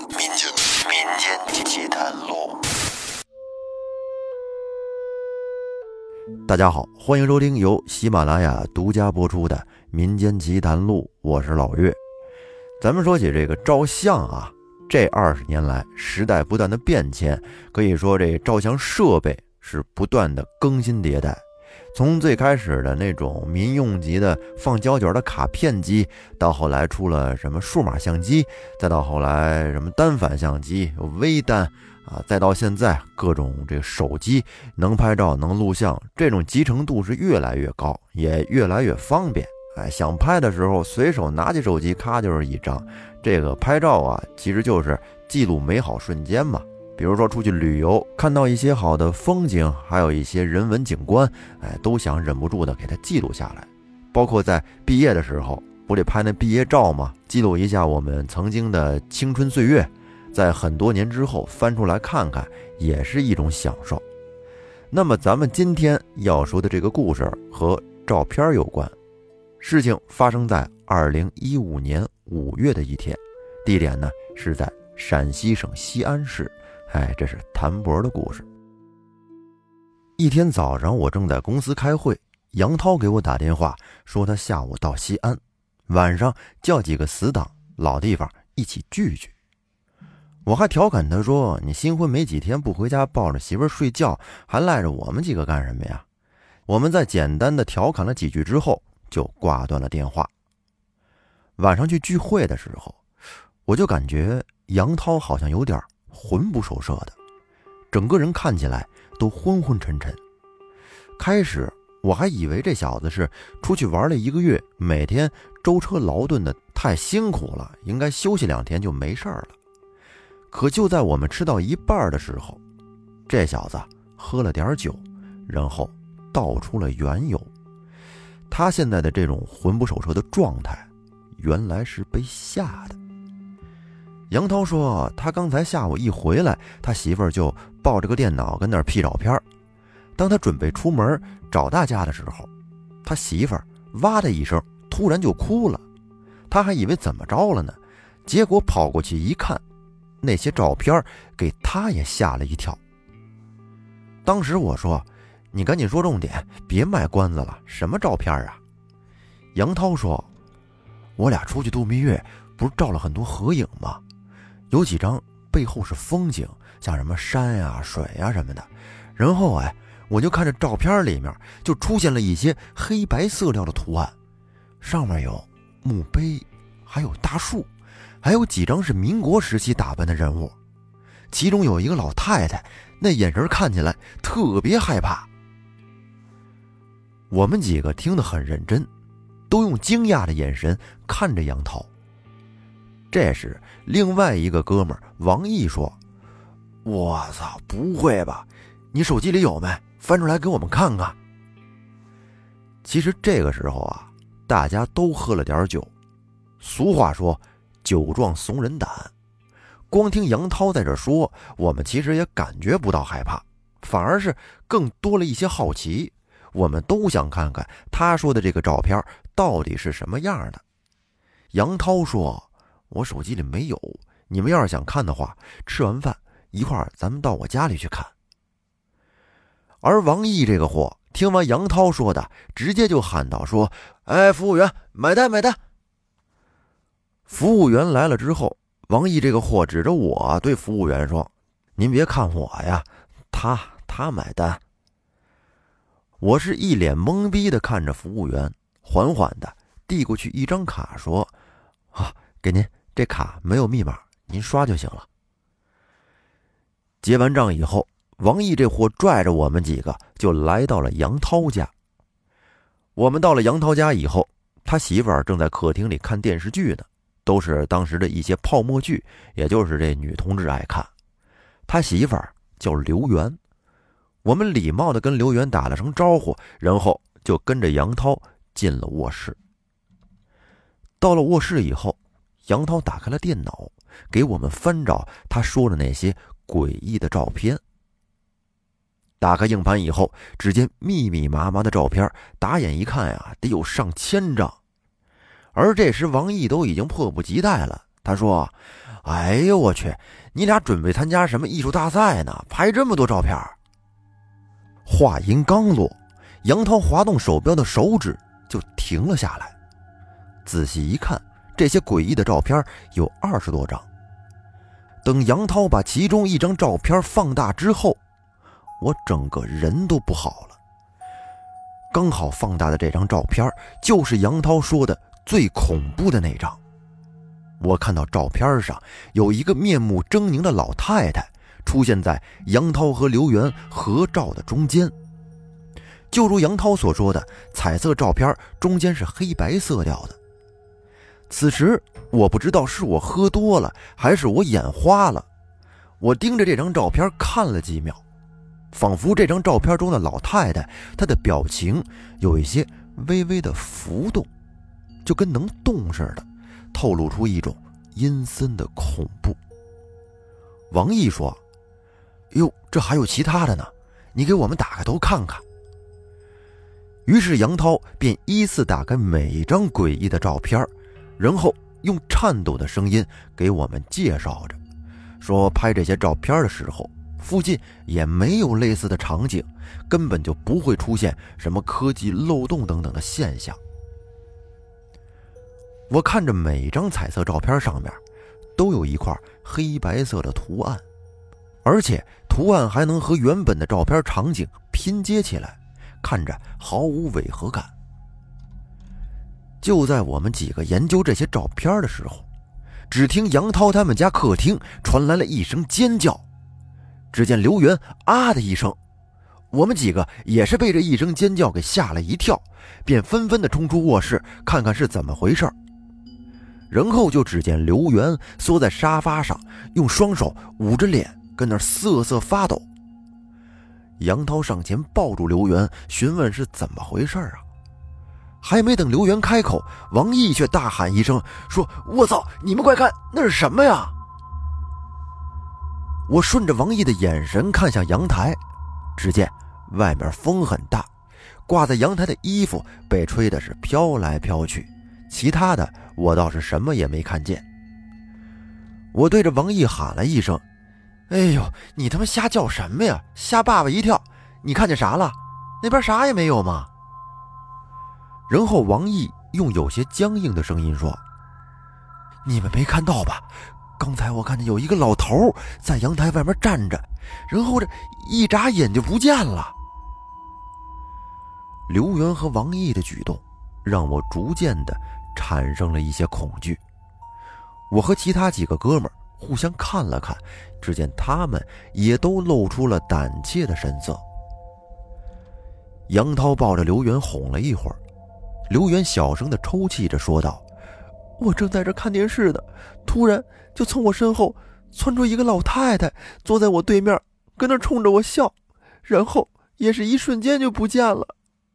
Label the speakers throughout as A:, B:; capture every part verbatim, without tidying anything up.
A: 民间民间奇谈录。
B: 大家好，欢迎收听由喜马拉雅独家播出的《民间奇谈录》，我是老岳。咱们说起这个照相啊，这二十年来时代不断的变迁，可以说这照相设备是不断的更新迭代。从最开始的那种民用级的放胶卷的卡片机，到后来出了什么数码相机，再到后来什么单反相机、微单啊，再到现在各种这个手机能拍照能录像，这种集成度是越来越高，也越来越方便。哎，想拍的时候随手拿起手机，咔就是一张。这个拍照啊，其实就是记录美好瞬间嘛。比如说出去旅游，看到一些好的风景，还有一些人文景观，哎，都想忍不住的给它记录下来。包括在毕业的时候，不得拍那毕业照吗？记录一下我们曾经的青春岁月，在很多年之后翻出来看看，也是一种享受。那么咱们今天要说的这个故事和照片有关，事情发生在二零一五年五月的一天，地点呢是在陕西省西安市。哎，这是谭博的故事。一天早上，我正在公司开会，杨涛给我打电话说他下午到西安，晚上叫几个死党老地方一起聚聚。我还调侃他说，你新婚没几天不回家抱着媳妇儿睡觉，还赖着我们几个干什么呀？我们在简单的调侃了几句之后就挂断了电话。晚上去聚会的时候，我就感觉杨涛好像有点魂不守舍的，整个人看起来都昏昏沉沉。开始我还以为这小子是出去玩了一个月，每天舟车劳顿的太辛苦了，应该休息两天就没事了。可就在我们吃到一半的时候，这小子喝了点酒，然后道出了缘由。他现在的这种魂不守舍的状态，原来是被吓的。杨涛说，他刚才下午一回来，他媳妇儿就抱着个电脑跟那儿 P 照片。当他准备出门找大家的时候，他媳妇儿哇的一声突然就哭了。他还以为怎么着了呢，结果跑过去一看，那些照片给他也吓了一跳。当时我说，你赶紧说重点，别卖关子了，什么照片啊？杨涛说，我俩出去度蜜月，不是照了很多合影吗？有几张背后是风景，像什么山呀、水呀什么的。然后哎，我就看着照片里面就出现了一些黑白色调的图案，上面有墓碑，还有大树，还有几张是民国时期打扮的人物。其中有一个老太太，那眼神看起来特别害怕。我们几个听得很认真，都用惊讶的眼神看着杨涛。这时另外一个哥们儿王毅说，我操，不会吧，你手机里有没？翻出来给我们看看。其实这个时候啊，大家都喝了点酒，俗话说酒壮怂人胆。光听杨涛在这说，我们其实也感觉不到害怕，反而是更多了一些好奇。我们都想看看他说的这个照片到底是什么样的。杨涛说，我手机里没有，你们要是想看的话，吃完饭一会儿咱们到我家里去看。而王毅这个货听完杨涛说的，直接就喊道说，哎，服务员，买单买单。服务员来了之后，王毅这个货指着我对服务员说，您别看我呀，他他买单。我是一脸懵逼的看着服务员，缓缓的递过去一张卡说，啊，给您，这卡没有密码，您刷就行了。结完账以后，王毅这货拽着我们几个就来到了杨涛家。我们到了杨涛家以后，他媳妇儿正在客厅里看电视剧呢，都是当时的一些泡沫剧，也就是这女同志爱看。他媳妇儿叫刘媛，我们礼貌地跟刘媛打了声招呼，然后就跟着杨涛进了卧室。到了卧室以后，杨涛打开了电脑，给我们翻找他说的那些诡异的照片。打开硬盘以后，只见密密麻麻的照片，打眼一看呀，得有上千张。而这时王毅都已经迫不及待了，他说， 哎呦我去，你俩准备参加什么艺术大赛呢？拍这么多照片。话音刚落，杨涛滑动手标的手指就停了下来。仔细一看，这些诡异的照片有二十多张。等杨涛把其中一张照片放大之后，我整个人都不好了。刚好放大的这张照片就是杨涛说的最恐怖的那张。我看到照片上有一个面目狰狞的老太太出现在杨涛和刘源合照的中间。就如杨涛所说的，彩色照片中间是黑白色调的。此时我不知道是我喝多了还是我眼花了，我盯着这张照片看了几秒，仿佛这张照片中的老太太她的表情有一些微微的浮动，就跟能动似的，透露出一种阴森的恐怖。王毅说：哟，这还有其他的呢，你给我们打开头看看。于是杨涛便依次打开每一张诡异的照片，然后用颤抖的声音给我们介绍着，说拍这些照片的时候附近也没有类似的场景，根本就不会出现什么科技漏洞等等的现象。我看着每张彩色照片上面都有一块黑白色的图案，而且图案还能和原本的照片场景拼接起来，看着毫无违和感。就在我们几个研究这些照片的时候，只听杨涛他们家客厅传来了一声尖叫。只见刘源啊的一声，我们几个也是被这一声尖叫给吓了一跳，便纷纷的冲出卧室看看是怎么回事。然后就只见刘源缩在沙发上，用双手捂着脸跟那儿瑟瑟发抖。杨涛上前抱住刘源，询问是怎么回事啊。还没等刘源开口，王毅却大喊一声说：我操，你们快看，那是什么呀？我顺着王毅的眼神看向阳台，只见外面风很大，挂在阳台的衣服被吹的是飘来飘去，其他的我倒是什么也没看见。我对着王毅喊了一声：哎呦，你他妈瞎叫什么呀，吓爸爸一跳，你看见啥了？那边啥也没有吗？然后王毅用有些僵硬的声音说：你们没看到吧，刚才我看见有一个老头在阳台外面站着，然后这一眨眼就不见了。刘源和王毅的举动让我逐渐的产生了一些恐惧。我和其他几个哥们儿互相看了看，只见他们也都露出了胆怯的神色。杨涛抱着刘源哄了一会儿，刘源小声地抽泣着说道：我正在这看电视呢，突然就从我身后窜出一个老太太，坐在我对面，跟那冲着我笑，然后也是一瞬间就不见了。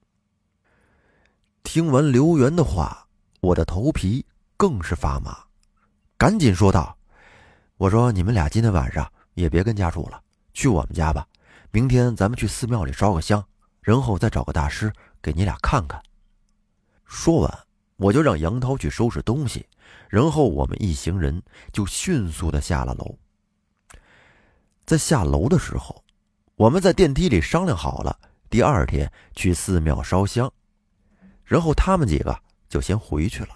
B: 听完刘源的话，我的头皮更是发麻，赶紧说道：我说你们俩今天晚上也别跟家住了，去我们家吧，明天咱们去寺庙里烧个香，然后再找个大师给你俩看看。说完，我就让杨涛去收拾东西，然后我们一行人就迅速的下了楼。在下楼的时候，我们在电梯里商量好了，第二天去寺庙烧香，然后他们几个就先回去了。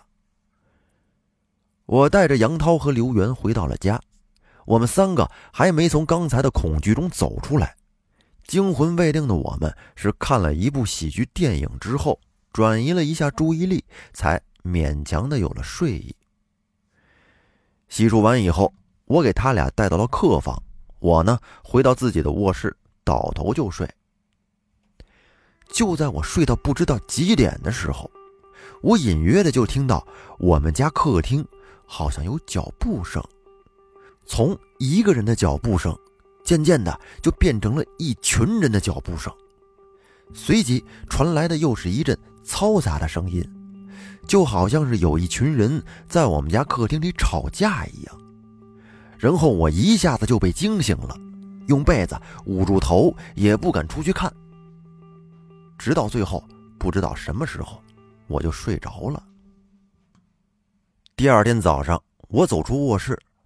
B: 我带着杨涛和刘源回到了家，我们三个还没从刚才的恐惧中走出来，惊魂未定的我们是看了一部喜剧电影之后，转移了一下注意力，才勉强的有了睡意。洗漱完以后，我给他俩带到了客房，我呢回到自己的卧室，倒头就睡。就在我睡到不知道几点的时候，我隐约的就听到我们家客厅好像有脚步声，从一个人的脚步声渐渐的就变成了一群人的脚步声，随即传来的又是一阵嘈杂的声音，就好像是有一群人在我们家客厅里吵架一样。然后我一下子就被惊醒了，用被子捂住头，也不敢出去看。直到最后不知道什么时候我就睡着了。第二天早上，我走出卧室，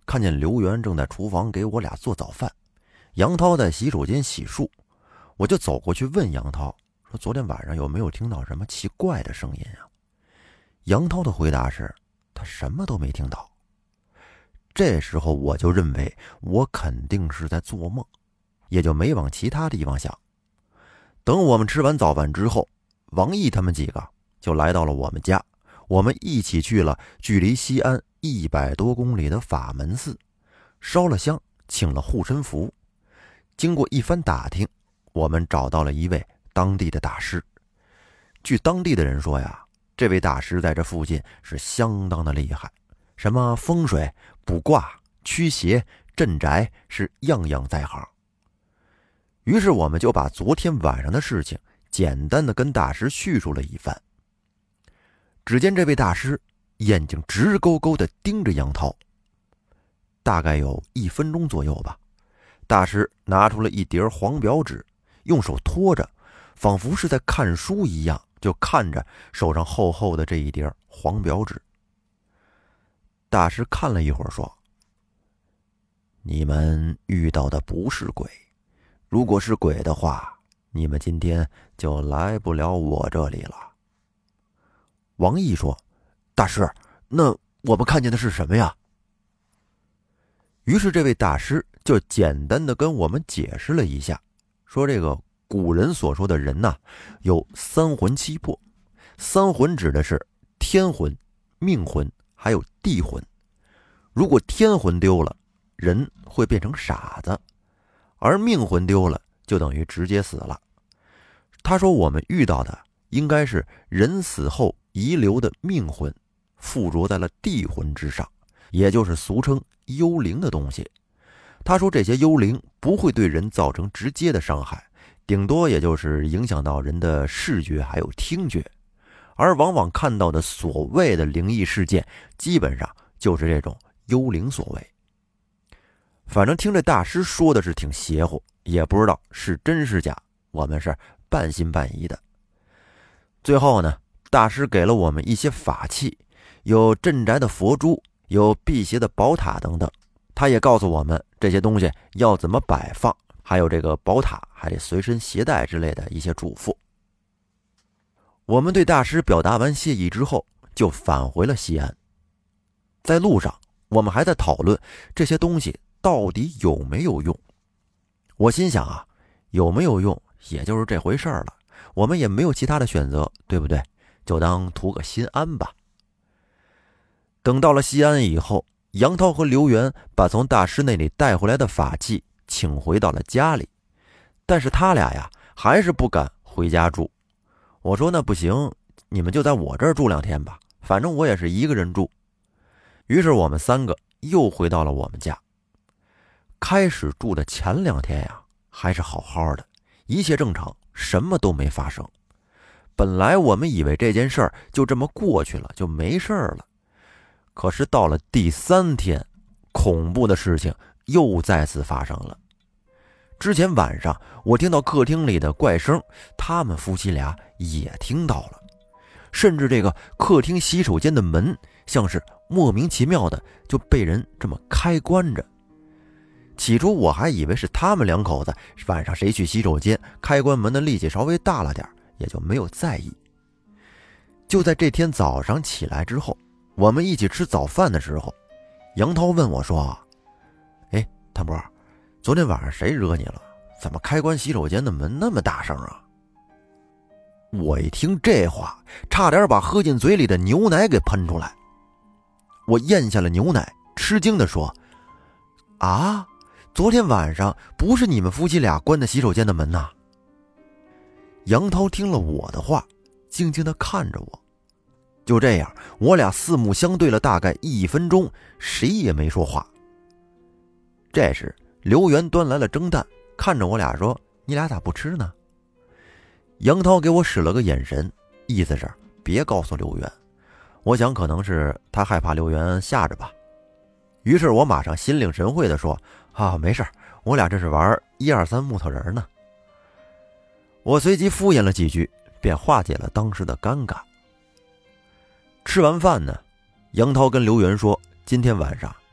B: 看见刘元正在厨房给我俩做早饭，杨涛在洗手间洗漱，我就走过去问杨涛说昨天晚上有没有听到什么奇怪的声音啊？杨涛的回答是他什么都没听到。这时候我就认为我肯定是在做梦，也就没往其他地方想。等我们吃完早饭之后，王毅他们几个就来到了我们家，我们一起去了距离西安一百多公里的法门寺，烧了香，请了护身符。经过一番打听，我们找到了一位当地的大师。据当地的人说呀，这位大师在这附近是相当的厉害，什么风水、卜卦、驱邪、镇宅是样样在行。于是我们就把昨天晚上的事情简单的跟大师叙述了一番。只见这位大师眼睛直勾勾地盯着杨涛，大概有一分钟左右吧。大师拿出了一叠黄表纸，用手托着，仿佛是在看书一样，就看着手上厚厚的这一叠黄表纸。大师看了一会儿说，你们遇到的不是鬼，如果是鬼的话，你们今天就来不了我这里了。王毅说，大师，那我们看见的是什么呀？于是这位大师就简单的跟我们解释了一下，说这个古人所说的人呐、啊，有三魂七魄，三魂指的是天魂、命魂还有地魂。如果天魂丢了，人会变成傻子，而命魂丢了就等于直接死了。他说我们遇到的应该是人死后遗留的命魂附着在了地魂之上，也就是俗称幽灵的东西。他说这些幽灵不会对人造成直接的伤害，顶多也就是影响到人的视觉还有听觉，而往往看到的所谓的灵异事件基本上就是这种幽灵所为。反正听这大师说的是挺邪乎，也不知道是真是假，我们是半信半疑的。最后呢，大师给了我们一些法器，有镇宅的佛珠，有辟邪的宝塔等等。他也告诉我们这些东西要怎么摆放，还有这个宝塔还得随身携带之类的一些嘱咐。我们对大师表达完谢意之后，就返回了西安。在路上，我们还在讨论这些东西到底有没有用。我心想啊，有没有用也就是这回事儿了，我们也没有其他的选择，对不对？就当图个心安吧。等到了西安以后，杨涛和刘元把从大师那里带回来的法器请回到了家里，但是他俩呀还是不敢回家住。我说那不行，你们就在我这儿住两天吧，反正我也是一个人住。于是我们三个又回到了我们家。开始住的前两天呀还是好好的，一切正常，什么都没发生。本来我们以为这件事儿就这么过去了，就没事儿了。可是到了第三天，恐怖的事情又再次发生了。之前晚上我听到客厅里的怪声，他们夫妻俩也听到了，甚至这个客厅洗手间的门像是莫名其妙的就被人这么开关着。起初我还以为是他们两口子晚上谁去洗手间开关门的力气稍微大了点，也就没有在意。就在这天早上起来之后，我们一起吃早饭的时候，杨涛问我说，哎，谭波，昨天晚上谁惹你了？怎么开关洗手间的门那么大声啊？我一听这话，差点把喝进嘴里的牛奶给喷出来。我咽下了牛奶，吃惊地说，啊，昨天晚上不是你们夫妻俩关的洗手间的门呐？杨涛听了我的话，静静地看着我。就这样，我俩四目相对了大概一分钟，谁也没说话。这时刘元端来了蒸蛋，看着我俩说，你俩咋不吃呢？杨涛给我使了个眼神，意思是别告诉刘元。我想可能是他害怕刘元吓着吧。于是我马上心领神会地说，啊，没事，我俩这是玩一二三木头人呢。我随即敷衍了几句，便化解了当时的尴尬。吃完饭呢，杨涛跟刘元说，今天晚上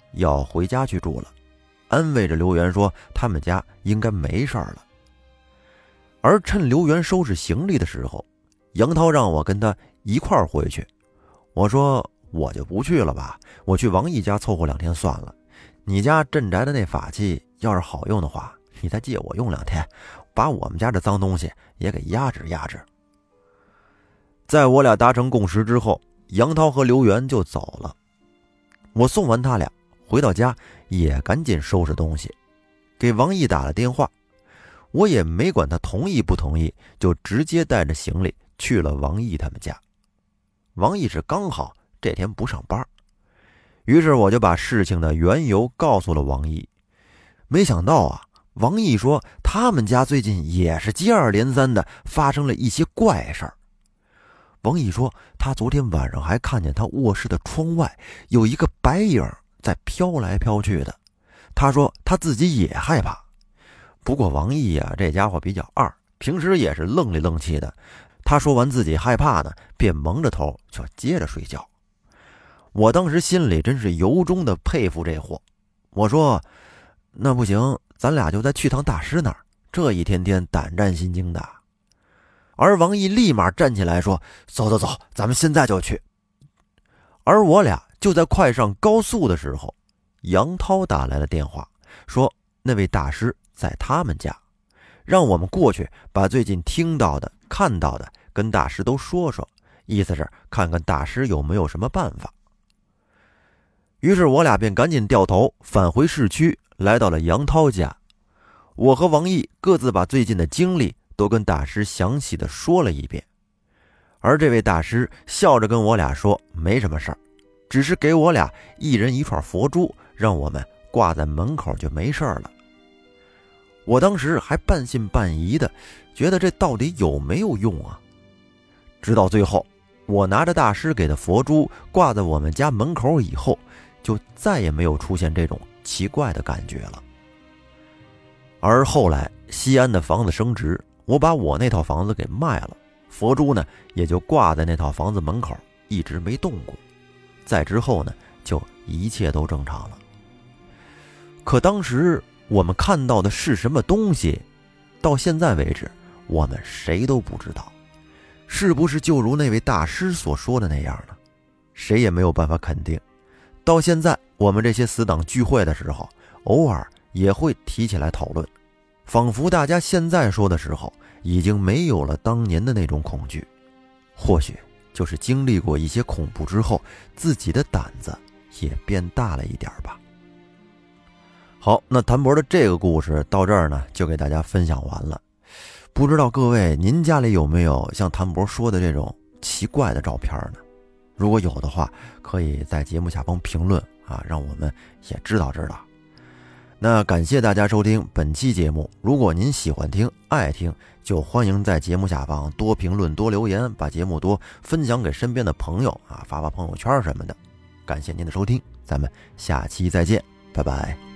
B: 要回家去住了，安慰着刘元说他们家应该没事儿了。而趁刘元收拾行李的时候，杨涛让我跟他一块儿回去。我说我就不去了吧，我去王毅家凑合两天算了。你家镇宅的那法器要是好用的话，你再借我用两天，把我们家这脏东西也给压制压制。在我俩达成共识之后，杨涛和刘元就走了。我送完他俩回到家，也赶紧收拾东西，给王毅打了电话。我也没管他同意不同意，就直接带着行李去了王毅他们家。王毅是刚好这天不上班，于是我就把事情的缘由告诉了王毅。没想到啊，王毅说他们家最近也是接二连三的发生了一些怪事儿。王毅说他昨天晚上还看见他卧室的窗外有一个白影在飘来飘去的，他说他自己也害怕。不过王毅啊，这家伙比较二，平时也是愣里愣气的。他说完自己害怕呢，便蒙着头就接着睡觉。我当时心里真是由衷的佩服这货。我说那不行，咱俩就再去趟大师那儿，这一天天胆战心惊的。而王毅立马站起来说走走走，咱们现在就去。而我俩就在快上高速的时候，杨涛打来了电话，说那位大师在他们家，让我们过去把最近听到的看到的跟大师都说说，意思是看看大师有没有什么办法。于是我俩便赶紧掉头返回市区，来到了杨涛家。我和王毅各自把最近的经历都跟大师详细的说了一遍。而这位大师笑着跟我俩说没什么事儿，只是给我俩一人一串佛珠，让我们挂在门口就没事了。我当时还半信半疑的觉得这到底有没有用啊。直到最后我拿着大师给的佛珠挂在我们家门口以后，就再也没有出现这种奇怪的感觉了。而后来西安的房子升值，我把我那套房子给卖了，佛珠呢也就挂在那套房子门口，一直没动过。再之后呢，就一切都正常了。可当时我们看到的是什么东西，到现在为止我们谁都不知道。是不是就如那位大师所说的那样呢？谁也没有办法肯定。到现在我们这些死党聚会的时候，偶尔也会提起来讨论，仿佛大家现在说的时候已经没有了当年的那种恐惧。或许就是经历过一些恐怖之后，自己的胆子也变大了一点吧。好，那谭博的这个故事到这儿呢，就给大家分享完了。不知道各位您家里有没有像谭博说的这种奇怪的照片呢？如果有的话，可以在节目下方评论啊，让我们也知道知道。那感谢大家收听本期节目，如果您喜欢听爱听，就欢迎在节目下方多评论多留言，把节目多分享给身边的朋友啊，发发朋友圈什么的。感谢您的收听，咱们下期再见，拜拜。